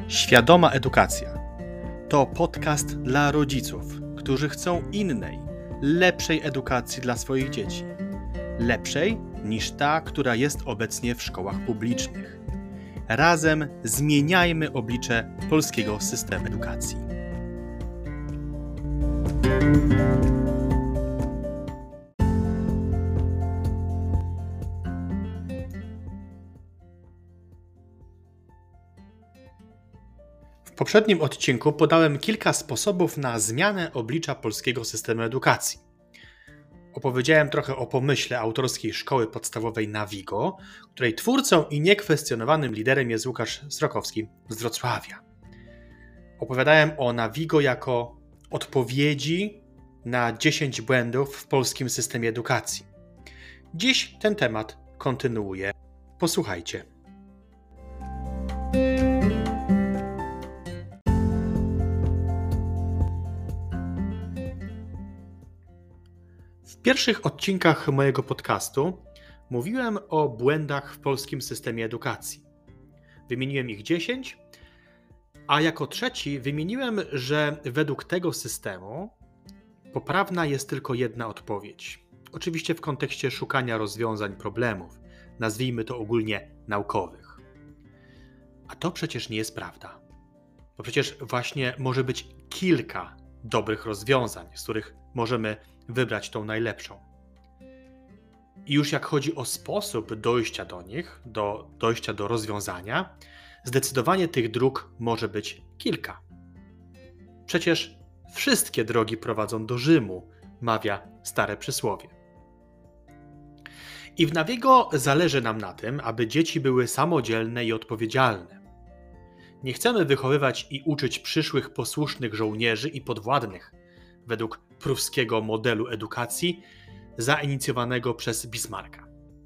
Świadoma edukacja to podcast dla rodziców, którzy chcą innej, lepszej edukacji dla swoich dzieci. Lepszej niż ta, która jest obecnie w szkołach publicznych. Razem zmieniajmy oblicze polskiego systemu edukacji. W poprzednim odcinku podałem kilka sposobów na zmianę oblicza polskiego systemu edukacji. Opowiedziałem trochę o pomyśle autorskiej szkoły podstawowej Navigo, której twórcą i niekwestionowanym liderem jest Łukasz Srokowski z Wrocławia. Opowiadałem o Navigo jako odpowiedzi na 10 błędów w polskim systemie edukacji. Dziś ten temat kontynuuję. Posłuchajcie. W pierwszych odcinkach mojego podcastu mówiłem o błędach w polskim systemie edukacji. Wymieniłem ich 10, a jako trzeci wymieniłem, że według tego systemu poprawna jest tylko jedna odpowiedź. Oczywiście w kontekście szukania rozwiązań problemów, nazwijmy to ogólnie naukowych. A to przecież nie jest prawda. Bo przecież właśnie może być kilka dobrych rozwiązań, z których możemy wybrać tą najlepszą. I już jak chodzi o sposób dojścia do nich, dojścia do rozwiązania, zdecydowanie tych dróg może być kilka. Przecież wszystkie drogi prowadzą do Rzymu, mawia stare przysłowie. I w Navigo zależy nam na tym, aby dzieci były samodzielne i odpowiedzialne. Nie chcemy wychowywać i uczyć przyszłych posłusznych żołnierzy i podwładnych według pruskiego modelu edukacji zainicjowanego przez Bismarcka.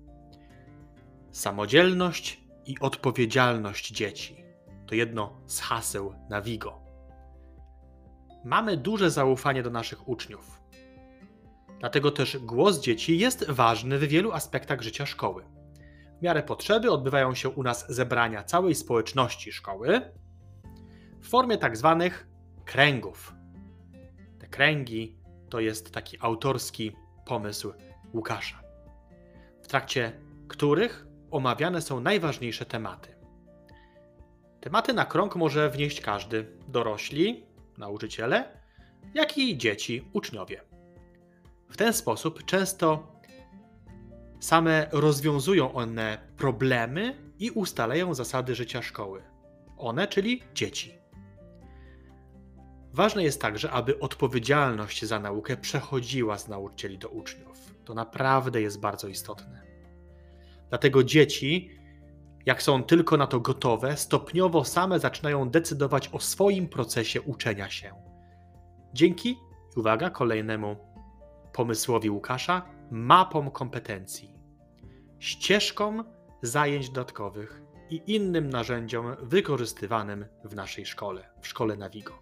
Samodzielność i odpowiedzialność dzieci to jedno z haseł Navigo. Mamy duże zaufanie do naszych uczniów. Dlatego też głos dzieci jest ważny w wielu aspektach życia szkoły. W miarę potrzeby odbywają się u nas zebrania całej społeczności szkoły w formie tak zwanych kręgów. Te kręgi to jest taki autorski pomysł Łukasza, w trakcie których omawiane są najważniejsze tematy. Tematy na krąg może wnieść każdy, dorośli, nauczyciele, jak i dzieci, uczniowie. W ten sposób często same rozwiązują one problemy i ustalają zasady życia szkoły. One, czyli dzieci. Ważne jest także, aby odpowiedzialność za naukę przechodziła z nauczycieli do uczniów. To naprawdę jest bardzo istotne. Dlatego dzieci, jak są tylko na to gotowe, stopniowo same zaczynają decydować o swoim procesie uczenia się. Dzięki, uwaga, kolejnemu pomysłowi Łukasza, mapom kompetencji, ścieżkom zajęć dodatkowych i innym narzędziom wykorzystywanym w naszej szkole, w szkole Navigo.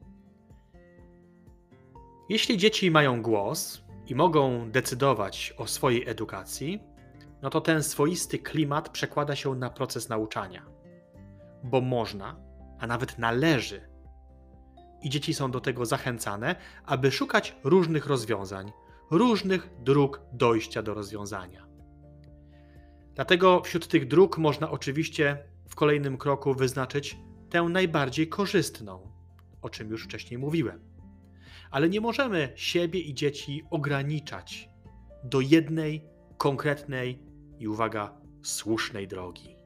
Jeśli dzieci mają głos i mogą decydować o swojej edukacji, no to ten swoisty klimat przekłada się na proces nauczania. Bo można, a nawet należy, i dzieci są do tego zachęcane, aby szukać różnych rozwiązań, różnych dróg dojścia do rozwiązania. Dlatego wśród tych dróg można oczywiście w kolejnym kroku wyznaczyć tę najbardziej korzystną, o czym już wcześniej mówiłem. Ale nie możemy siebie i dzieci ograniczać do jednej, konkretnej i, uwaga, słusznej drogi.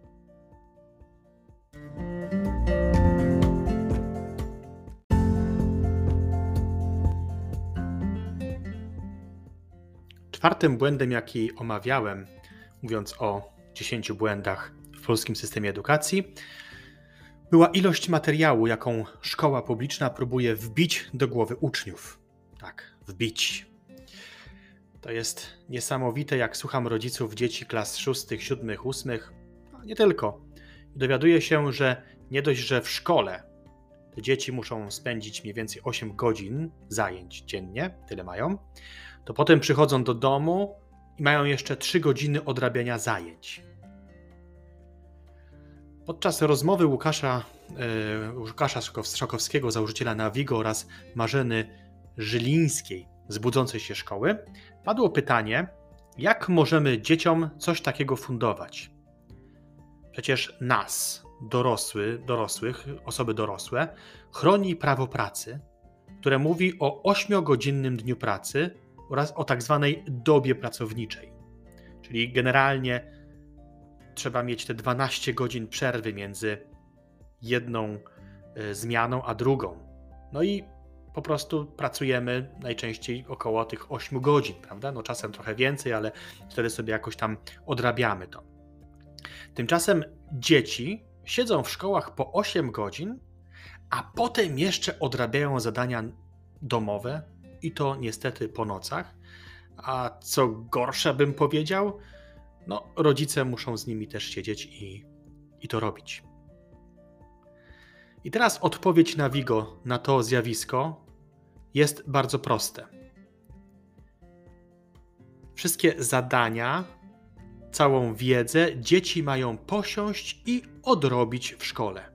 Czwartym błędem, jaki omawiałem, mówiąc o 10 błędach w polskim systemie edukacji, była ilość materiału, jaką szkoła publiczna próbuje wbić do głowy uczniów. Tak, wbić. To jest niesamowite, jak słucham rodziców dzieci klas 6, 7, 8, no nie tylko. Dowiaduję się, że nie dość, że w szkole te dzieci muszą spędzić mniej więcej 8 godzin zajęć dziennie, tyle mają, to potem przychodzą do domu i mają jeszcze 3 godziny odrabiania zajęć. Podczas rozmowy Łukasza Łukasza Szokowskiego, założyciela Navigo, oraz Marzeny Żylińskiej z Budzącej się Szkoły, padło pytanie, jak możemy dzieciom coś takiego fundować? Przecież nas, dorosłych, osoby dorosłe, chroni prawo pracy, które mówi o 8-godzinnym dniu pracy oraz o tak zwanej dobie pracowniczej. Czyli generalnie trzeba mieć te 12 godzin przerwy między jedną zmianą a drugą. No i po prostu pracujemy najczęściej około tych 8 godzin, prawda? No czasem trochę więcej, ale wtedy sobie jakoś tam odrabiamy to. Tymczasem dzieci siedzą w szkołach po 8 godzin, a potem jeszcze odrabiają zadania domowe i to niestety po nocach. A co gorsza bym powiedział, no rodzice muszą z nimi też siedzieć i to robić. I teraz odpowiedź Navigo na to zjawisko jest bardzo proste. Wszystkie zadania, całą wiedzę dzieci mają posiąść i odrobić w szkole.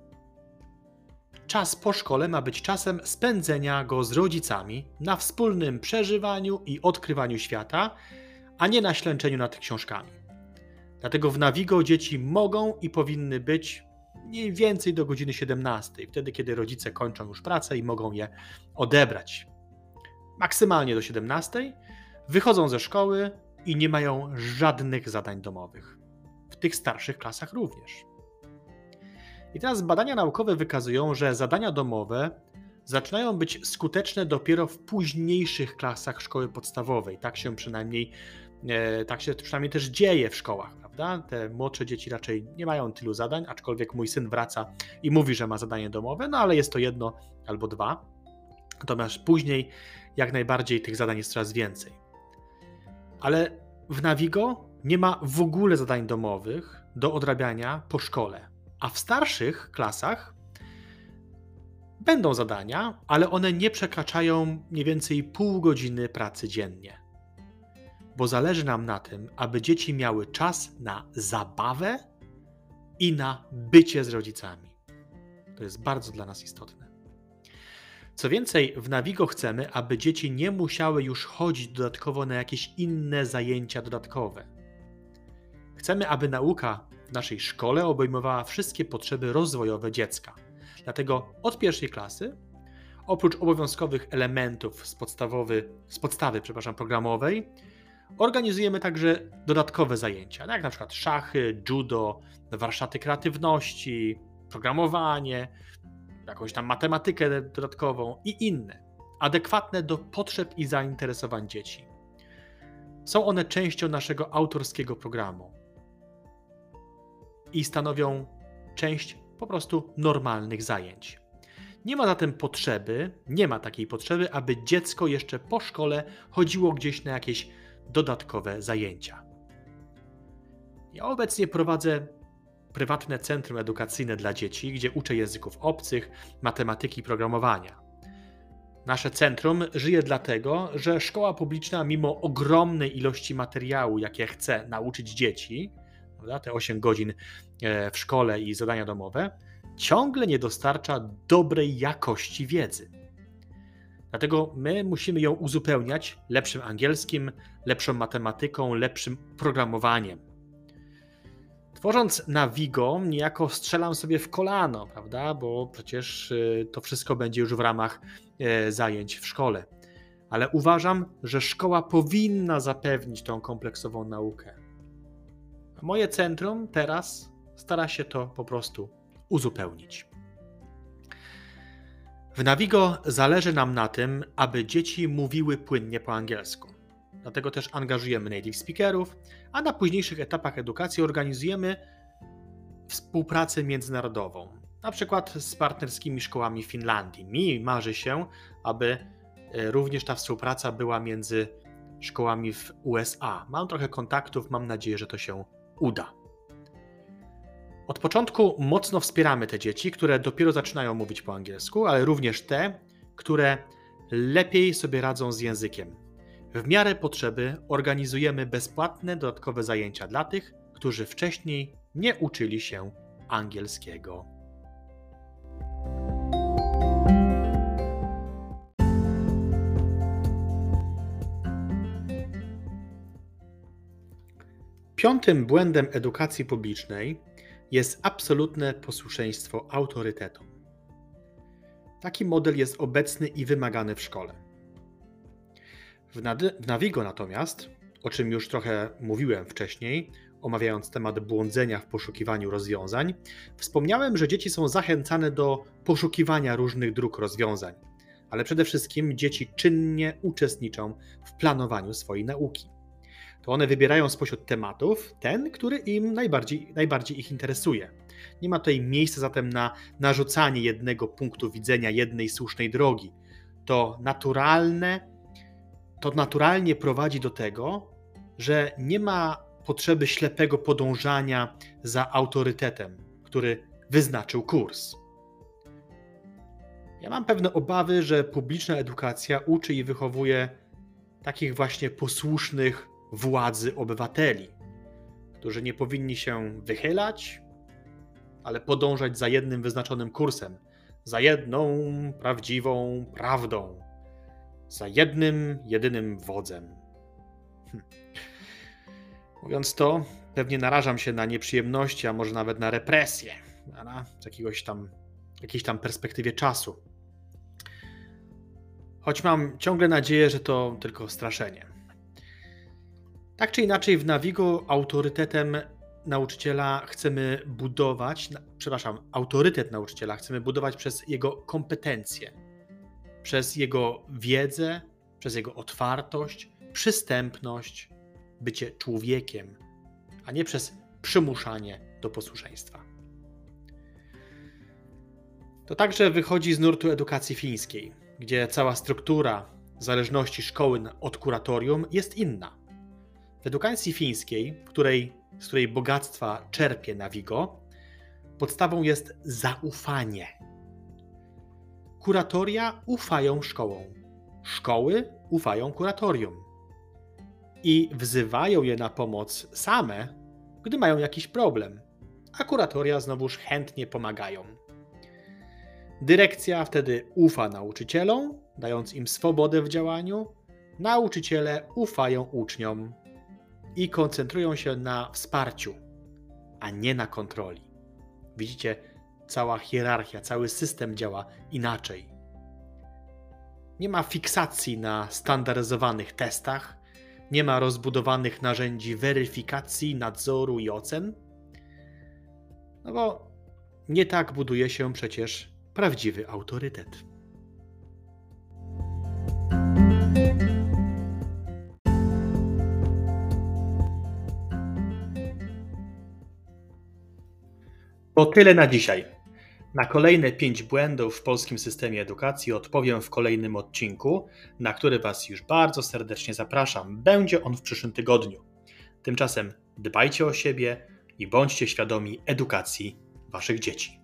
Czas po szkole ma być czasem spędzenia go z rodzicami na wspólnym przeżywaniu i odkrywaniu świata, a nie na ślęczeniu nad książkami. Dlatego w Navigo dzieci mogą i powinny być mniej więcej do godziny 17, wtedy kiedy rodzice kończą już pracę i mogą je odebrać. Maksymalnie do 17, wychodzą ze szkoły i nie mają żadnych zadań domowych. W tych starszych klasach również. I teraz badania naukowe wykazują, że zadania domowe zaczynają być skuteczne dopiero w późniejszych klasach szkoły podstawowej. Tak się przynajmniej też dzieje w szkołach, prawda? Te młodsze dzieci raczej nie mają tylu zadań, aczkolwiek mój syn wraca i mówi, że ma zadanie domowe, no ale jest to 1 albo 2. Natomiast później jak najbardziej tych zadań jest coraz więcej. Ale w Navigo nie ma w ogóle zadań domowych do odrabiania po szkole. A w starszych klasach będą zadania, ale one nie przekraczają mniej więcej pół godziny pracy dziennie. Bo zależy nam na tym, aby dzieci miały czas na zabawę i na bycie z rodzicami. To jest bardzo dla nas istotne. Co więcej, w Navigo chcemy, aby dzieci nie musiały już chodzić dodatkowo na jakieś inne zajęcia dodatkowe. Chcemy, aby nauka w naszej szkole obejmowała wszystkie potrzeby rozwojowe dziecka. Dlatego od 1. klasy, oprócz obowiązkowych elementów z podstawy programowej, organizujemy także dodatkowe zajęcia, jak na przykład szachy, judo, warsztaty kreatywności, programowanie, jakąś tam matematykę dodatkową i inne, adekwatne do potrzeb i zainteresowań dzieci. Są one częścią naszego autorskiego programu i stanowią część po prostu normalnych zajęć. Nie ma takiej potrzeby, aby dziecko jeszcze po szkole chodziło gdzieś na jakieś dodatkowe zajęcia. Ja obecnie prowadzę prywatne centrum edukacyjne dla dzieci, gdzie uczę języków obcych, matematyki i programowania. Nasze centrum żyje dlatego, że szkoła publiczna, mimo ogromnej ilości materiału, jakie chce nauczyć dzieci, prawda, te 8 godzin w szkole i zadania domowe, ciągle nie dostarcza dobrej jakości wiedzy. Dlatego my musimy ją uzupełniać lepszym angielskim, lepszą matematyką, lepszym programowaniem. Tworząc Navigo, niejako strzelam sobie w kolano, prawda? Bo przecież to wszystko będzie już w ramach zajęć w szkole. Ale uważam, że szkoła powinna zapewnić tą kompleksową naukę. A moje centrum teraz stara się to po prostu uzupełnić. W Navigo zależy nam na tym, aby dzieci mówiły płynnie po angielsku. Dlatego też angażujemy native speakerów, a na późniejszych etapach edukacji organizujemy współpracę międzynarodową, na przykład z partnerskimi szkołami w Finlandii. Mi marzy się, aby również ta współpraca była między szkołami w USA. Mam trochę kontaktów, mam nadzieję, że to się uda. Od początku mocno wspieramy te dzieci, które dopiero zaczynają mówić po angielsku, ale również te, które lepiej sobie radzą z językiem. W miarę potrzeby organizujemy bezpłatne dodatkowe zajęcia dla tych, którzy wcześniej nie uczyli się angielskiego. Piątym błędem edukacji publicznej jest absolutne posłuszeństwo autorytetom. Taki model jest obecny i wymagany w szkole. W Navigo natomiast, o czym już trochę mówiłem wcześniej, omawiając temat błądzenia w poszukiwaniu rozwiązań, wspomniałem, że dzieci są zachęcane do poszukiwania różnych dróg rozwiązań, ale przede wszystkim dzieci czynnie uczestniczą w planowaniu swojej nauki. To one wybierają spośród tematów ten, który im najbardziej ich interesuje. Nie ma tutaj miejsca zatem na narzucanie jednego punktu widzenia, jednej słusznej drogi. To naturalnie prowadzi do tego, że nie ma potrzeby ślepego podążania za autorytetem, który wyznaczył kurs. Ja mam pewne obawy, że publiczna edukacja uczy i wychowuje takich właśnie posłusznych władzy obywateli, którzy nie powinni się wychylać, ale podążać za jednym wyznaczonym kursem, za jedną prawdziwą prawdą, za jednym, jedynym wodzem. Mówiąc to, pewnie narażam się na nieprzyjemności, a może nawet na represję, z jakiejś tam perspektywie czasu. Choć mam ciągle nadzieję, że to tylko straszenie. Tak czy inaczej, w Navigo autorytet nauczyciela chcemy budować przez jego kompetencje, przez jego wiedzę, przez jego otwartość, przystępność, bycie człowiekiem, a nie przez przymuszanie do posłuszeństwa. To także wychodzi z nurtu edukacji fińskiej, gdzie cała struktura zależności szkoły od kuratorium jest inna. W edukacji fińskiej, z której bogactwa czerpie Navigo, podstawą jest zaufanie. Kuratoria ufają szkołom, szkoły ufają kuratorium i wzywają je na pomoc same, gdy mają jakiś problem, a kuratoria znowuż chętnie pomagają. Dyrekcja wtedy ufa nauczycielom, dając im swobodę w działaniu, nauczyciele ufają uczniom i koncentrują się na wsparciu, a nie na kontroli. Widzicie, cała hierarchia, cały system działa inaczej. Nie ma fiksacji na standaryzowanych testach, nie ma rozbudowanych narzędzi weryfikacji, nadzoru i ocen. No bo nie tak buduje się przecież prawdziwy autorytet. To tyle na dzisiaj. Na kolejne 5 błędów w polskim systemie edukacji odpowiem w kolejnym odcinku, na który Was już bardzo serdecznie zapraszam. Będzie on w przyszłym tygodniu. Tymczasem dbajcie o siebie i bądźcie świadomi edukacji Waszych dzieci.